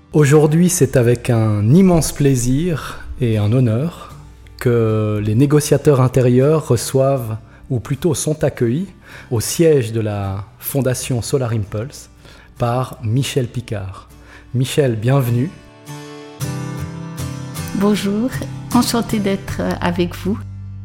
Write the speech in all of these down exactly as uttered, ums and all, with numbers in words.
Aujourd'hui, c'est avec un immense plaisir et un honneur que les négociateurs intérieurs reçoivent, ou plutôt sont accueillis, au siège de la Fondation Solar Impulse par Michel Picard. Michel, bienvenue. Bonjour, enchanté d'être avec vous.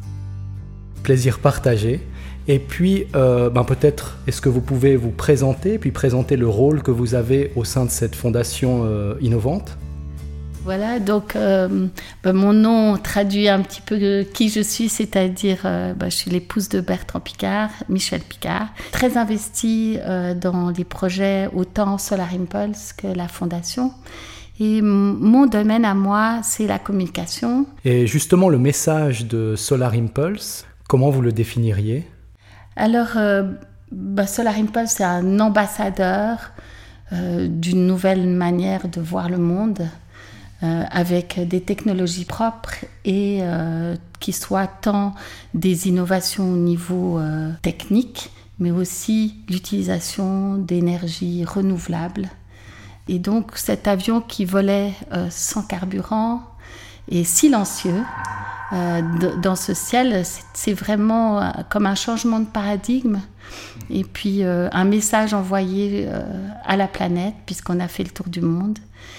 Plaisir partagé. Et puis, euh, ben peut-être, est-ce que vous pouvez vous présenter, puis présenter le rôle que vous avez au sein de cette fondation euh, innovante ? Voilà, donc euh, ben mon nom traduit un petit peu qui je suis, c'est-à-dire euh, ben je suis l'épouse de Bertrand Picard, Michel Picard, très investie euh, dans les projets autant Solar Impulse que la fondation. Et m- mon domaine à moi, c'est la communication. Et justement, le message de Solar Impulse, comment vous le définiriez ? Alors, euh, bah, Solar Impulse, c'est un ambassadeur euh, d'une nouvelle manière de voir le monde, euh, avec des technologies propres et euh, qui soient tant des innovations au niveau euh, technique, mais aussi l'utilisation d'énergies renouvelables. Et donc, cet avion qui volait euh, sans carburant et silencieux, Euh, d- dans ce ciel, c'est, c'est vraiment euh, comme un changement de paradigme et puis euh, un message envoyé euh, à la planète puisqu'on a fait le tour du monde.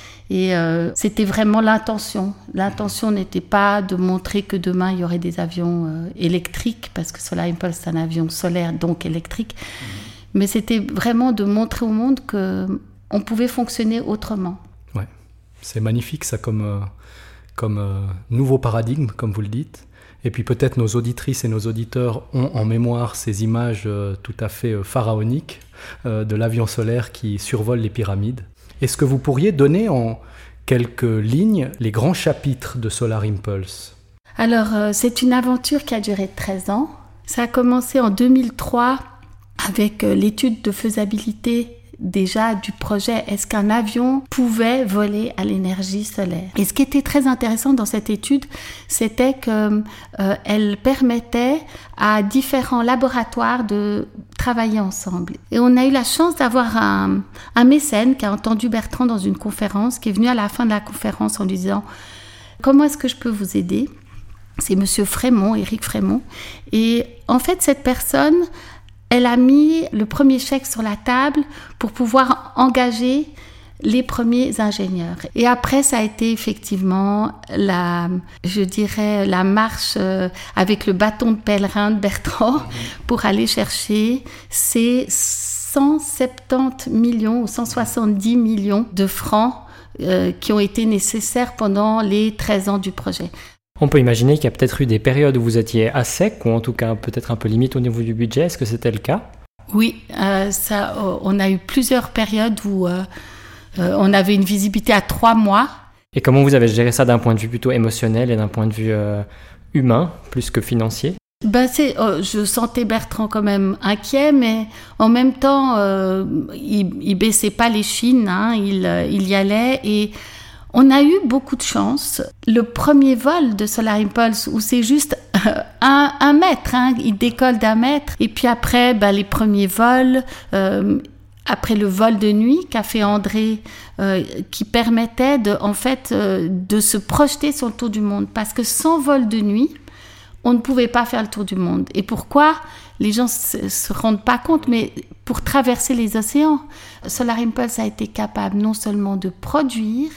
Et euh, c'était vraiment l'intention. L'intention n'était pas de montrer que demain il y aurait des avions euh, électriques, parce que Solar Impulse c'est un avion solaire, donc électrique. Mmh. Mais c'était vraiment de montrer au monde qu'on pouvait fonctionner autrement. Ouais, c'est magnifique ça comme... Euh... comme euh, nouveau paradigme, comme vous le dites. Et puis peut-être nos auditrices et nos auditeurs ont en mémoire ces images euh, tout à fait euh, pharaoniques euh, de l'avion solaire qui survole les pyramides. Est-ce que vous pourriez donner en quelques lignes les grands chapitres de Solar Impulse ? Alors, euh, c'est une aventure qui a duré treize ans. Ça a commencé en deux mille trois avec euh, l'étude de faisabilité déjà du projet, est-ce qu'un avion pouvait voler à l'énergie solaire ? Et ce qui était très intéressant dans cette étude, c'était qu'elle euh, permettait à différents laboratoires de travailler ensemble. Et on a eu la chance d'avoir un, un mécène qui a entendu Bertrand dans une conférence, qui est venu à la fin de la conférence en lui disant « Comment est-ce que je peux vous aider ?» C'est monsieur Frémont, Éric Frémont. Et en fait, cette personne... elle a mis le premier chèque sur la table pour pouvoir engager les premiers ingénieurs. Et après, ça a été effectivement la, je dirais, la marche euh, avec le bâton de pèlerin de Bertrand pour aller chercher ces cent soixante-dix millions ou cent soixante-dix millions de francs euh, qui ont été nécessaires pendant les treize ans du projet. On peut imaginer qu'il y a peut-être eu des périodes où vous étiez à sec, ou en tout cas peut-être un peu limite au niveau du budget. Est-ce que c'était le cas ? Oui, euh, ça, on a eu plusieurs périodes où euh, euh, on avait une visibilité à trois mois. Et comment vous avez géré ça d'un point de vue plutôt émotionnel et d'un point de vue euh, humain, plus que financier ? Ben c'est, oh, je sentais Bertrand quand même inquiet, mais en même temps, euh, il, il baissait pas les chines, hein, il, il y allait et... On a eu beaucoup de chance. Le premier vol de Solar Impulse, où c'est juste un, un mètre, hein, il décolle d'un mètre. Et puis après, bah, les premiers vols, euh, après le vol de nuit qu'a fait André, euh, qui permettait de, en fait, euh, de se projeter sur le tour du monde. Parce que sans vol de nuit, on ne pouvait pas faire le tour du monde. Et pourquoi ? Les gens ne se rendent pas compte, mais pour traverser les océans, Solar Impulse a été capable non seulement de produire,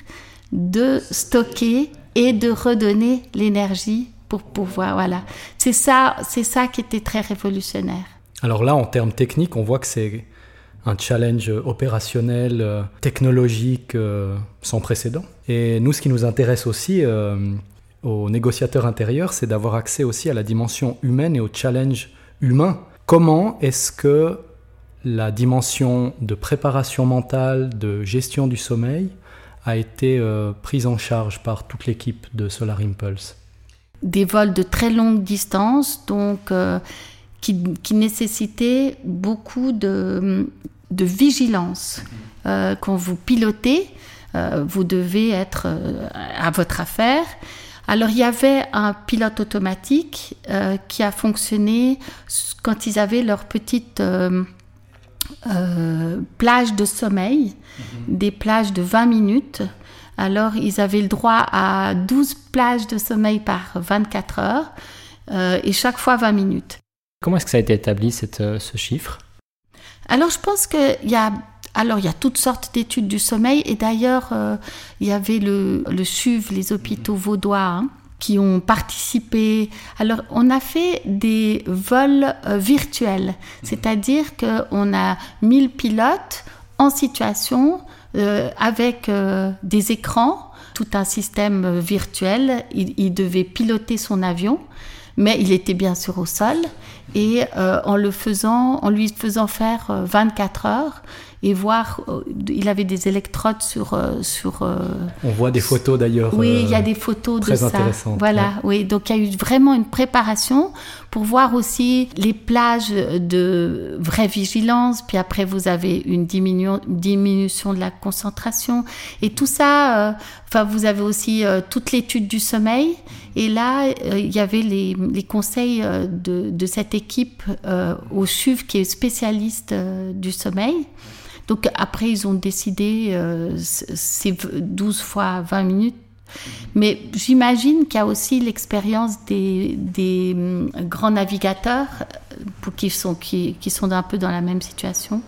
de stocker et de redonner l'énergie pour pouvoir, voilà. C'est ça, c'est ça qui était très révolutionnaire. Alors là, en termes techniques, on voit que c'est un challenge opérationnel, euh, technologique euh, sans précédent. Et nous, ce qui nous intéresse aussi euh, aux négociateurs intérieurs, c'est d'avoir accès aussi à la dimension humaine et au challenge humain. Comment est-ce que la dimension de préparation mentale, de gestion du sommeil, a été euh, prise en charge par toute l'équipe de Solar Impulse ? Des vols de très longue distance, donc euh, qui, qui nécessitaient beaucoup de, de vigilance. Euh, quand vous pilotez, euh, vous devez être euh, à votre affaire. Alors, il y avait un pilote automatique euh, qui a fonctionné quand ils avaient leur petite... Euh, euh, plages de sommeil, mmh. des plages de vingt minutes. Alors, ils avaient le droit à douze plages de sommeil par vingt-quatre heures euh, et chaque fois vingt minutes. Comment est-ce que ça a été établi, cette, euh, ce chiffre ? Alors, je pense qu'il y a... Alors, il y a toutes sortes d'études du sommeil. Et d'ailleurs, euh, il y avait le, le C U V, les hôpitaux vaudois, hein, qui ont participé. Alors, on a fait des vols euh, virtuels. C'est-à-dire qu'on a mis le pilote en situation euh, avec euh, des écrans, tout un système euh, virtuel. Il, il devait piloter son avion, mais il était bien sûr au sol. Et euh, en, le faisant, en lui faisant faire euh, vingt-quatre heures, et voir, euh, il avait des électrodes sur... Euh, sur euh, On voit des photos d'ailleurs. Oui, euh, il y a des photos très de ça. Intéressantes. Voilà, ouais. oui. Donc il y a eu vraiment une préparation pour voir aussi les plages de vraie vigilance. Puis après, vous avez une diminu- diminution de la concentration. Et tout ça, euh, enfin, vous avez aussi euh, toute l'étude du sommeil. Et là, euh, il y avait les, les conseils euh, de, de cette équipe euh, au C U V qui est spécialiste euh, du sommeil. Donc après, ils ont décidé euh, c'est douze fois vingt minutes. Mais j'imagine qu'il y a aussi l'expérience des, des grands navigateurs pour qui, sont, qui, qui sont un peu dans la même situation.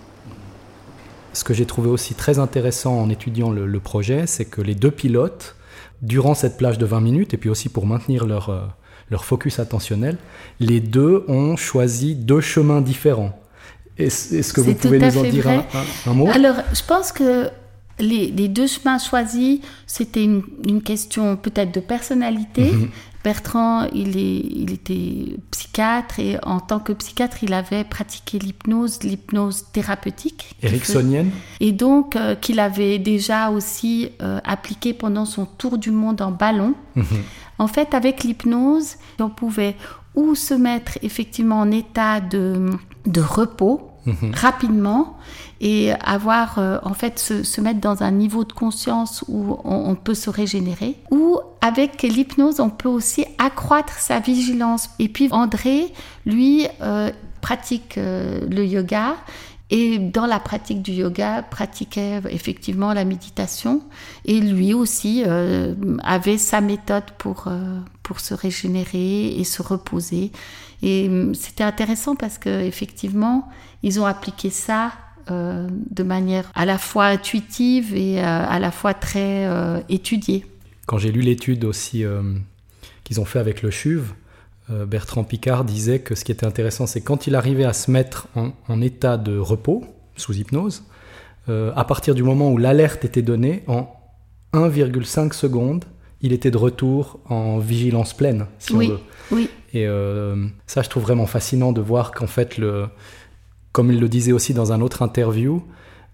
Ce que j'ai trouvé aussi très intéressant en étudiant le, le projet, c'est que les deux pilotes, durant cette plage de vingt minutes, et puis aussi pour maintenir leur, euh, leur focus attentionnel, les deux ont choisi deux chemins différents. Est-ce, est-ce que c'est vous pouvez nous en dire un, un, un mot ? Alors, je pense que les, les deux chemins choisis, c'était une, une question peut-être de personnalité. Mm-hmm. Bertrand, il, est, il était psychiatre et en tant que psychiatre, il avait pratiqué l'hypnose, l'hypnose thérapeutique. Ericksonienne. Et donc, euh, qu'il avait déjà aussi euh, appliqué pendant son tour du monde en ballon. Mm-hmm. En fait, avec l'hypnose, on pouvait ou se mettre effectivement en état de, de repos, Mmh. rapidement et avoir euh, en fait se, se mettre dans un niveau de conscience où on, on peut se régénérer, ou avec l'hypnose on peut aussi accroître sa vigilance. Et puis André lui euh, pratique euh, le yoga et dans la pratique du yoga pratiquait effectivement la méditation et lui aussi euh, avait sa méthode pour, euh, pour se régénérer et se reposer. Et c'était intéressant parce qu'effectivement, ils ont appliqué ça euh, de manière à la fois intuitive et euh, à la fois très euh, étudiée. Quand j'ai lu l'étude aussi euh, qu'ils ont fait avec le C U V, euh, Bertrand Piccard disait que ce qui était intéressant, c'est quand il arrivait à se mettre en, en état de repos, sous hypnose, euh, à partir du moment où l'alerte était donnée, en un virgule cinq secondes, il était de retour en vigilance pleine, si oui, on veut. Oui. Et euh, ça, je trouve vraiment fascinant de voir qu'en fait, le, comme il le disait aussi dans un autre interview,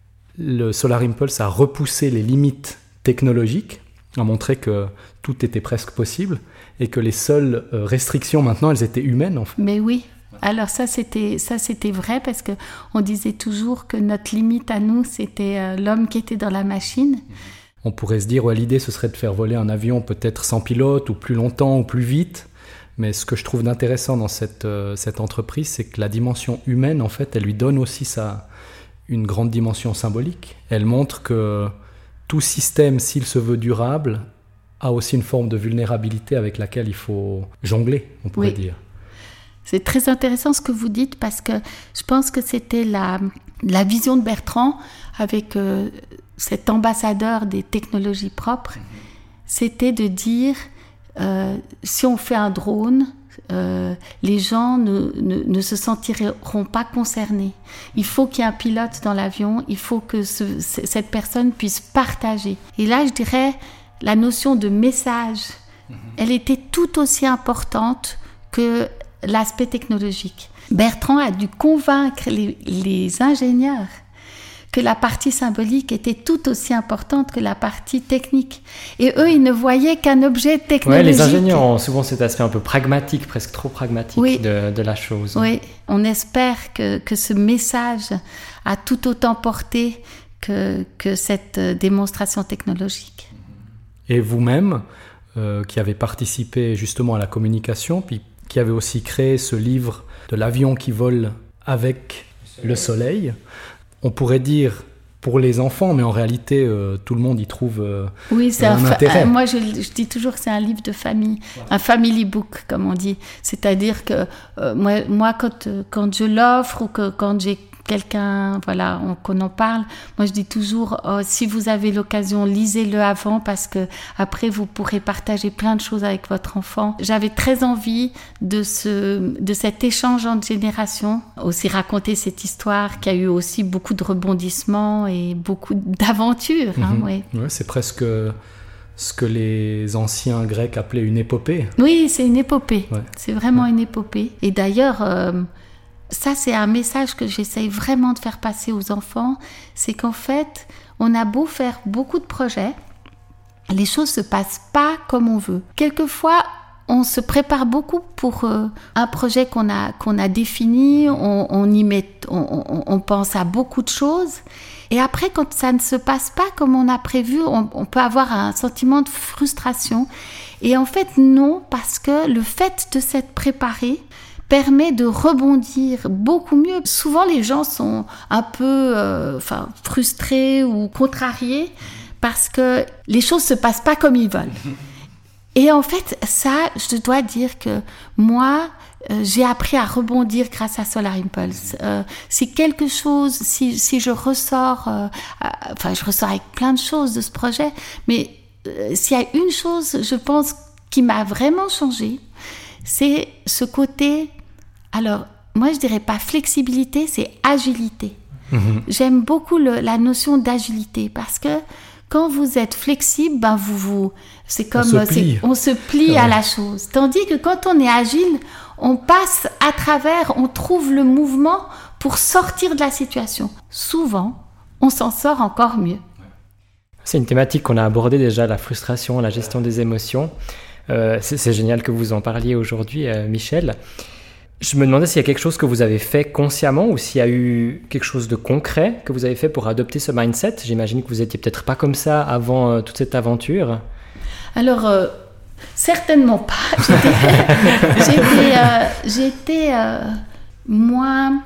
le Solar Impulse a repoussé les limites technologiques, a montré que tout était presque possible et que les seules restrictions maintenant, elles étaient humaines en fait. Mais oui. Alors ça c'était, ça, c'était vrai parce qu'on disait toujours que notre limite à nous, c'était euh, l'homme qui était dans la machine. On pourrait se dire, ouais, l'idée, ce serait de faire voler un avion peut-être sans pilote ou plus longtemps ou plus vite. Mais ce que je trouve d'intéressant dans cette, euh, cette entreprise, c'est que la dimension humaine, en fait, elle lui donne aussi sa, une grande dimension symbolique. Elle montre que tout système, s'il se veut durable, a aussi une forme de vulnérabilité avec laquelle il faut jongler, on pourrait oui. dire. C'est très intéressant ce que vous dites parce que je pense que c'était la, la vision de Bertrand avec euh, cet ambassadeur des technologies propres. C'était de dire... Euh, si on fait un drone, euh, les gens ne, ne, ne se sentiront pas concernés. Il faut qu'il y ait un pilote dans l'avion, il faut que ce, cette personne puisse partager. Et là, je dirais, la notion de message, mmh. elle était tout aussi importante que l'aspect technologique. Bertrand a dû convaincre les, les ingénieurs que la partie symbolique était tout aussi importante que la partie technique. Et eux, ils ne voyaient qu'un objet technologique. Ouais, les ingénieurs ont souvent cet aspect un peu pragmatique, presque trop pragmatique oui. de, de la chose. Oui, on espère que, que ce message a tout autant porté que, que cette démonstration technologique. Et vous-même, euh, qui avez participé justement à la communication, puis qui avez aussi créé ce livre de l'avion qui vole avec le soleil, on pourrait dire pour les enfants, mais en réalité, euh, tout le monde y trouve euh, oui, c'est un, un intérêt. Fa- moi, je, je dis toujours que c'est un livre de famille, ouais. Un family book, comme on dit. C'est-à-dire que euh, moi, moi quand, quand je l'offre ou que quand j'ai quelqu'un, voilà, on, qu'on en parle, moi je dis toujours, oh, si vous avez l'occasion, lisez-le avant parce que après vous pourrez partager plein de choses avec votre enfant. J'avais très envie de ce, de cet échange entre générations, aussi raconter cette histoire qui a eu aussi beaucoup de rebondissements et beaucoup d'aventures. Hein, mm-hmm. ouais. Ouais, c'est presque ce que les anciens Grecs appelaient une épopée. Oui, c'est une épopée. Ouais. C'est vraiment ouais. une épopée. Et d'ailleurs, euh, ça, c'est un message que j'essaye vraiment de faire passer aux enfants, c'est qu'en fait, on a beau faire beaucoup de projets, les choses ne se passent pas comme on veut. Quelquefois, on se prépare beaucoup pour euh, un projet qu'on a, qu'on a défini, on, on y met, on, on, on pense à beaucoup de choses, et après, quand ça ne se passe pas comme on a prévu, on, on peut avoir un sentiment de frustration. Et en fait, non, parce que le fait de s'être préparé permet de rebondir beaucoup mieux. Souvent, les gens sont un peu euh, enfin, frustrés ou contrariés parce que les choses ne se passent pas comme ils veulent. Et en fait, ça, je dois dire que moi, euh, j'ai appris à rebondir grâce à Solar Impulse. Euh, c'est quelque chose, si, si je ressors, euh, euh, enfin, je ressors avec plein de choses de ce projet, mais euh, s'il y a une chose, je pense, qui m'a vraiment changée, c'est ce côté... Alors, moi, je dirais pas flexibilité, c'est agilité. Mmh. J'aime beaucoup le, la notion d'agilité parce que quand vous êtes flexible, ben vous, vous, c'est comme on se plie, c'est, on se plie ouais. à la chose. Tandis que quand on est agile, on passe à travers, on trouve le mouvement pour sortir de la situation. Souvent, on s'en sort encore mieux. C'est une thématique qu'on a abordée déjà, la frustration, la gestion des émotions. Euh, c'est, c'est génial que vous en parliez aujourd'hui, euh, Michel. Je me demandais s'il y a quelque chose que vous avez fait consciemment ou s'il y a eu quelque chose de concret que vous avez fait pour adopter ce mindset. J'imagine que vous n'étiez peut-être pas comme ça avant euh, toute cette aventure. Alors, euh, certainement pas. J'étais, j'étais, euh, j'étais euh, moins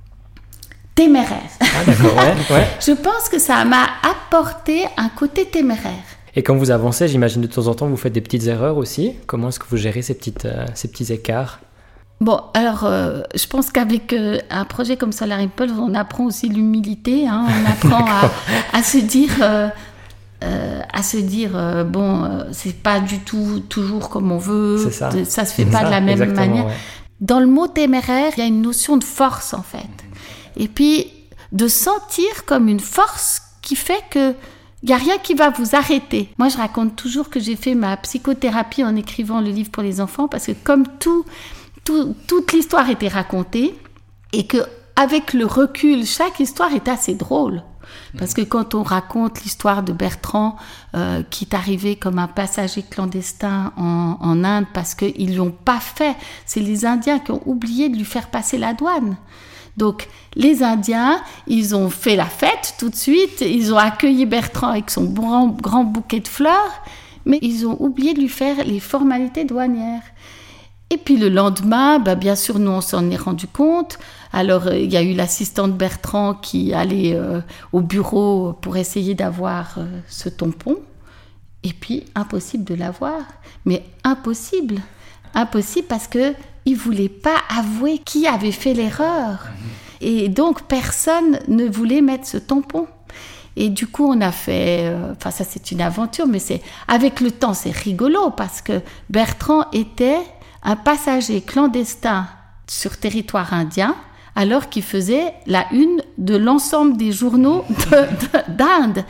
téméraire. Ah d'accord, ouais, ouais. Je pense que ça m'a apporté un côté téméraire. Et quand vous avancez, j'imagine de temps en temps, vous faites des petites erreurs aussi. Comment est-ce que vous gérez ces, petites, euh, ces petits écarts ? Bon, alors, euh, je pense qu'avec euh, un projet comme Solar Impulse, on apprend aussi l'humilité. Hein, on apprend à, à se dire, euh, euh, à se dire, euh, bon, euh, c'est pas du tout toujours comme on veut. C'est ça. De, ça se fait c'est pas ça, de la même exactement, manière. Ouais. Dans le mot téméraire, il y a une notion de force en fait. Et puis de sentir comme une force qui fait que il n'y a rien qui va vous arrêter. Moi, je raconte toujours que j'ai fait ma psychothérapie en écrivant le livre pour les enfants parce que comme tout Tout, toute l'histoire était racontée et qu'avec le recul, chaque histoire est assez drôle. Parce que quand on raconte l'histoire de Bertrand euh, qui est arrivé comme un passager clandestin en, en Inde parce qu'ils ne lui ont pas fait, c'est les Indiens qui ont oublié de lui faire passer la douane. Donc les Indiens, ils ont fait la fête tout de suite, ils ont accueilli Bertrand avec son grand, grand bouquet de fleurs, mais ils ont oublié de lui faire les formalités douanières. Et puis le lendemain, bah bien sûr, nous, on s'en est rendu compte. Alors, il euh, y a eu l'assistante Bertrand qui allait euh, au bureau pour essayer d'avoir euh, ce tampon. Et puis, impossible de l'avoir. Mais impossible. Impossible parce qu'il ne voulait pas avouer qui avait fait l'erreur. Et donc, personne ne voulait mettre ce tampon. Et du coup, on a fait... Enfin, euh, ça, c'est une aventure, mais c'est avec le temps, c'est rigolo parce que Bertrand était... un passager clandestin sur territoire indien, alors qu'il faisait la une de l'ensemble des journaux de, de, d'Inde.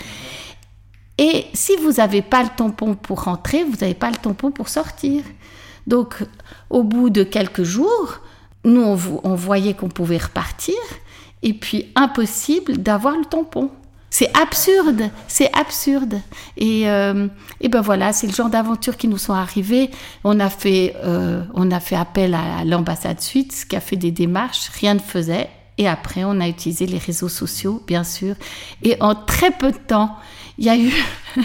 Et si vous n'avez pas le tampon pour rentrer, vous n'avez pas le tampon pour sortir. Donc, au bout de quelques jours, nous, on, on voyait qu'on pouvait repartir, et puis impossible d'avoir le tampon. C'est absurde, c'est absurde. Et, euh, et ben voilà, c'est le genre d'aventures qui nous sont arrivées. On a fait, euh, on a fait appel à l'ambassade suisse qui a fait des démarches, rien ne faisait. Et après, on a utilisé les réseaux sociaux, bien sûr. Et en très peu de temps, il y a eu...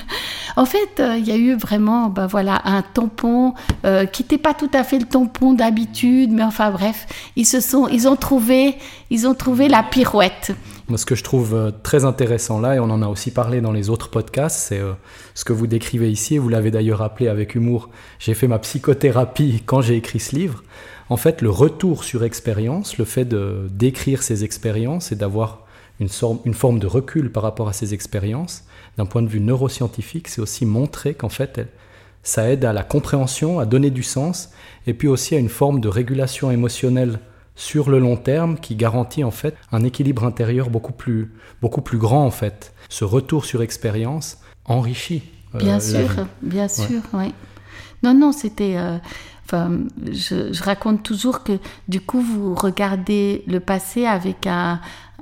en fait, euh, il y a eu vraiment ben voilà, un tampon euh, qui n'était pas tout à fait le tampon d'habitude, mais enfin bref, ils, se sont, ils, ont trouvé, ils ont trouvé la pirouette. Moi, ce que je trouve euh, très intéressant là, et on en a aussi parlé dans les autres podcasts, c'est euh, ce que vous décrivez ici, et vous l'avez d'ailleurs appelé avec humour. J'ai fait ma psychothérapie quand j'ai écrit ce livre. En fait, le retour sur expérience, le fait de, d'écrire ces expériences et d'avoir une, sorte, une forme de recul par rapport à ces expériences, d'un point de vue neuroscientifique, c'est aussi montrer qu'en fait, ça aide à la compréhension, à donner du sens, et puis aussi à une forme de régulation émotionnelle sur le long terme qui garantit en fait un équilibre intérieur beaucoup plus, beaucoup plus grand en fait. Ce retour sur expérience enrichit. Euh, bien sûr, bien sûr, oui. Ouais. Non, non, c'était... Euh, enfin, je, je raconte toujours que du coup, vous regardez le passé avec un,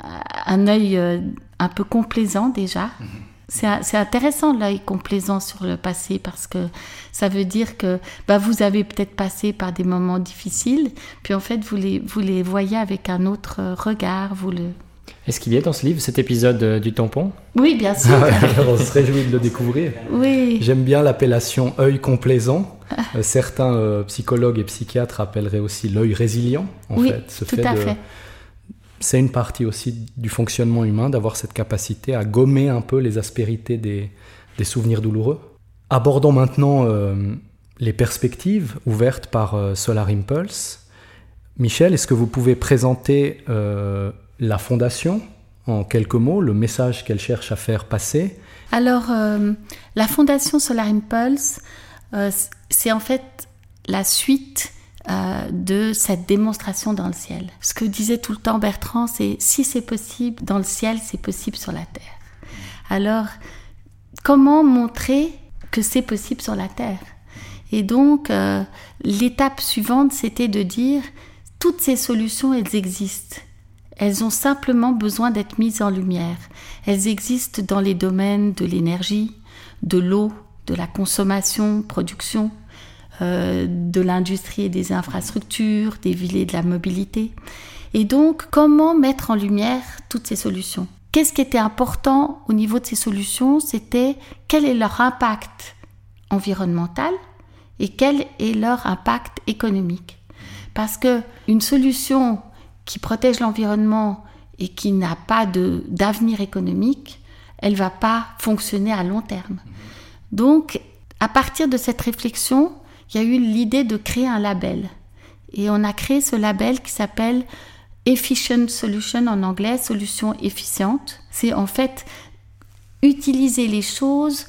un œil euh, un peu complaisant déjà. Mm-hmm. C'est, c'est intéressant l'œil complaisant sur le passé parce que ça veut dire que bah, vous avez peut-être passé par des moments difficiles, puis en fait vous les, vous les voyez avec un autre regard. Vous le... Est-ce qu'il y a dans ce livre cet épisode euh, du tampon ? Oui, bien sûr. On se réjouit de le découvrir. Oui. J'aime bien l'appellation œil complaisant. Euh, certains euh, psychologues et psychiatres appelleraient aussi l'œil résilient. En oui, fait. Ce tout fait à de... fait. C'est une partie aussi du fonctionnement humain, d'avoir cette capacité à gommer un peu les aspérités des, des souvenirs douloureux. Abordons maintenant euh, les perspectives ouvertes par euh, Solar Impulse. Michel, est-ce que vous pouvez présenter euh, la fondation en quelques mots, le message qu'elle cherche à faire passer ? Alors, euh, la fondation Solar Impulse, euh, c'est en fait la suite Euh, de cette démonstration dans le ciel. Ce que disait tout le temps Bertrand, c'est si c'est possible dans le ciel, c'est possible sur la terre. Alors, comment montrer que c'est possible sur la terre ? Et donc, euh, l'étape suivante, c'était de dire toutes ces solutions, elles existent. Elles ont simplement besoin d'être mises en lumière. Elles existent dans les domaines de l'énergie, de l'eau, de la consommation, production, Euh, de l'industrie et des infrastructures, des villes et de la mobilité. Et donc, comment mettre en lumière toutes ces solutions ? Qu'est-ce qui était important au niveau de ces solutions ? C'était quel est leur impact environnemental et quel est leur impact économique. Parce qu'une solution qui protège l'environnement et qui n'a pas de, d'avenir économique, elle ne va pas fonctionner à long terme. Donc, à partir de cette réflexion, il y a eu l'idée de créer un label. Et on a créé ce label qui s'appelle Efficient Solution en anglais, solution efficiente. C'est en fait utiliser les choses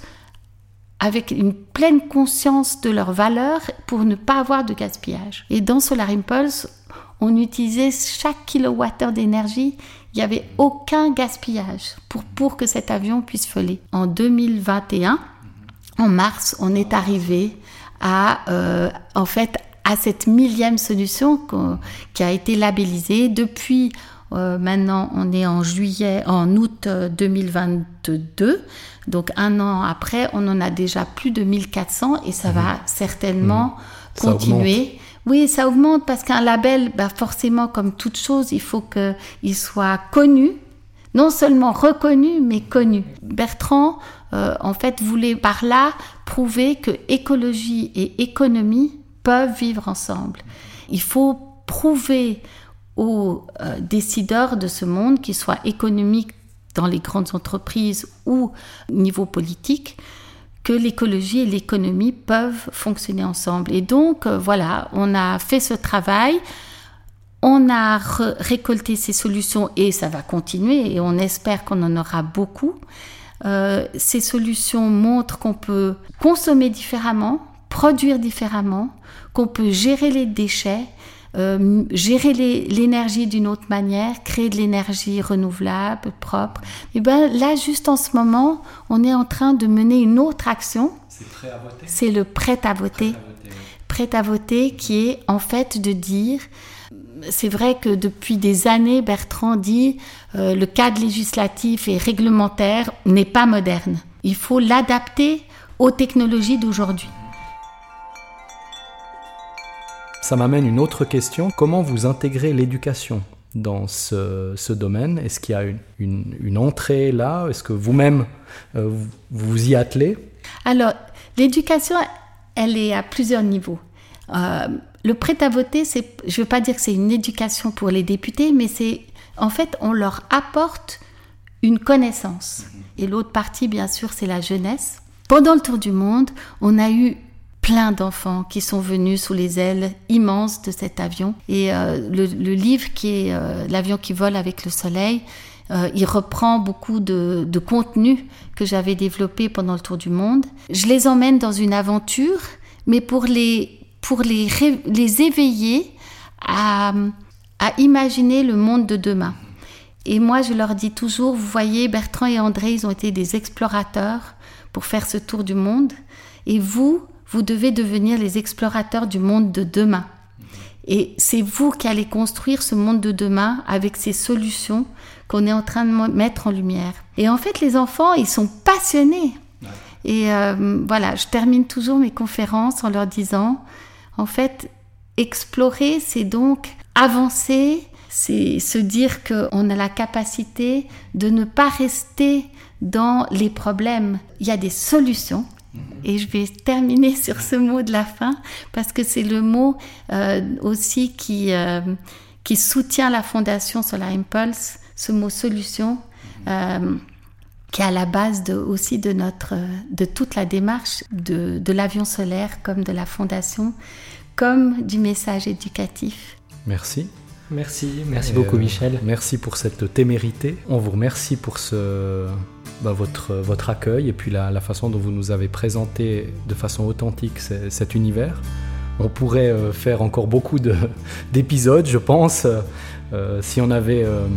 avec une pleine conscience de leur valeur pour ne pas avoir de gaspillage. Et dans Solar Impulse, on utilisait chaque kilowattheure d'énergie. Il n'y avait aucun gaspillage pour, pour que cet avion puisse voler. En deux mille vingt et un, en mars, on est arrivé à, euh, en fait, à cette millième solution qui a été labellisée. Depuis, euh, maintenant, on est en juillet, en août deux mille vingt-deux. Donc, un an après, on en a déjà plus de mille quatre cents et ça mmh. va certainement mmh. continuer. Augmente. Oui, ça augmente parce qu'un label, bah forcément, comme toute chose, il faut qu'il soit connu. Non seulement reconnu, mais connu. Bertrand, euh, en fait, voulait par là prouver que écologie et économie peuvent vivre ensemble. Il faut prouver aux euh, décideurs de ce monde, qu'ils soient économiques dans les grandes entreprises ou au niveau politique, que l'écologie et l'économie peuvent fonctionner ensemble. Et donc, euh, voilà, on a fait ce travail. On a re- récolté ces solutions et ça va continuer et on espère qu'on en aura beaucoup. Euh, ces solutions montrent qu'on peut consommer différemment, produire différemment, qu'on peut gérer les déchets, euh, gérer les, l'énergie d'une autre manière, créer de l'énergie renouvelable, propre. Et ben là, juste en ce moment, on est en train de mener une autre action. C'est prêt à voter. C'est le prêt à voter. Prêt à voter, oui. Prêt à voter qui est en fait de dire... C'est vrai que depuis des années, Bertrand dit euh, le cadre législatif et réglementaire n'est pas moderne. Il faut l'adapter aux technologies d'aujourd'hui. Ça m'amène une autre question. Comment vous intégrez l'éducation dans ce, ce domaine? Est-ce qu'il y a une, une, une entrée là? Est-ce que vous-même, euh, vous, vous y attelez? Alors, l'éducation, elle est à plusieurs niveaux. Euh, le prêt à voter, c'est, je ne veux pas dire que c'est une éducation pour les députés, mais c'est, en fait, on leur apporte une connaissance. Et l'autre partie, bien sûr, c'est la jeunesse. Pendant le Tour du Monde, on a eu plein d'enfants qui sont venus sous les ailes immenses de cet avion. Et euh, le, le livre qui est euh, L'avion qui vole avec le soleil, euh, il reprend beaucoup de, de contenu que j'avais développé pendant le Tour du Monde. Je les emmène dans une aventure, mais pour les, pour les, ré, les éveiller à, à imaginer le monde de demain. Et moi, je leur dis toujours, vous voyez, Bertrand et André, ils ont été des explorateurs pour faire ce tour du monde. Et vous, vous devez devenir les explorateurs du monde de demain. Et c'est vous qui allez construire ce monde de demain avec ces solutions qu'on est en train de mettre en lumière. Et en fait, les enfants, ils sont passionnés. Et euh, voilà, je termine toujours mes conférences en leur disant, en fait, explorer, c'est donc avancer, c'est se dire qu'on a la capacité de ne pas rester dans les problèmes. Il y a des solutions. Et je vais terminer sur ce mot de la fin, parce que c'est le mot euh, aussi qui, euh, qui soutient la Fondation Solar Impulse, ce mot solution, euh, qui est à la base de, aussi de, notre, de toute la démarche de, de l'avion solaire, comme de la Fondation, comme du message éducatif. Merci. Merci, merci Et beaucoup Michel. Merci pour cette témérité. On vous remercie pour ce, bah, votre, votre accueil et puis la, la façon dont vous nous avez présenté de façon authentique c- cet univers. On pourrait euh, faire encore beaucoup de, d'épisodes, je pense, euh, si, on avait, euh,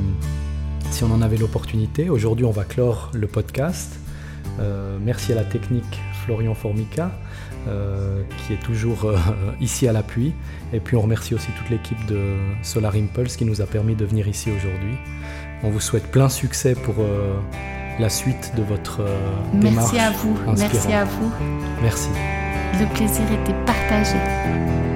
si on en avait l'opportunité. Aujourd'hui, on va clore le podcast. Euh, merci à la technique Florian Formica. Euh, qui est toujours euh, ici à l'appui. Et puis on remercie aussi toute l'équipe de Solar Impulse qui nous a permis de venir ici aujourd'hui. On vous souhaite plein succès pour euh, la suite de votre euh, démarche. Merci à vous. Inspirante. Merci à vous. Merci. Le plaisir était partagé.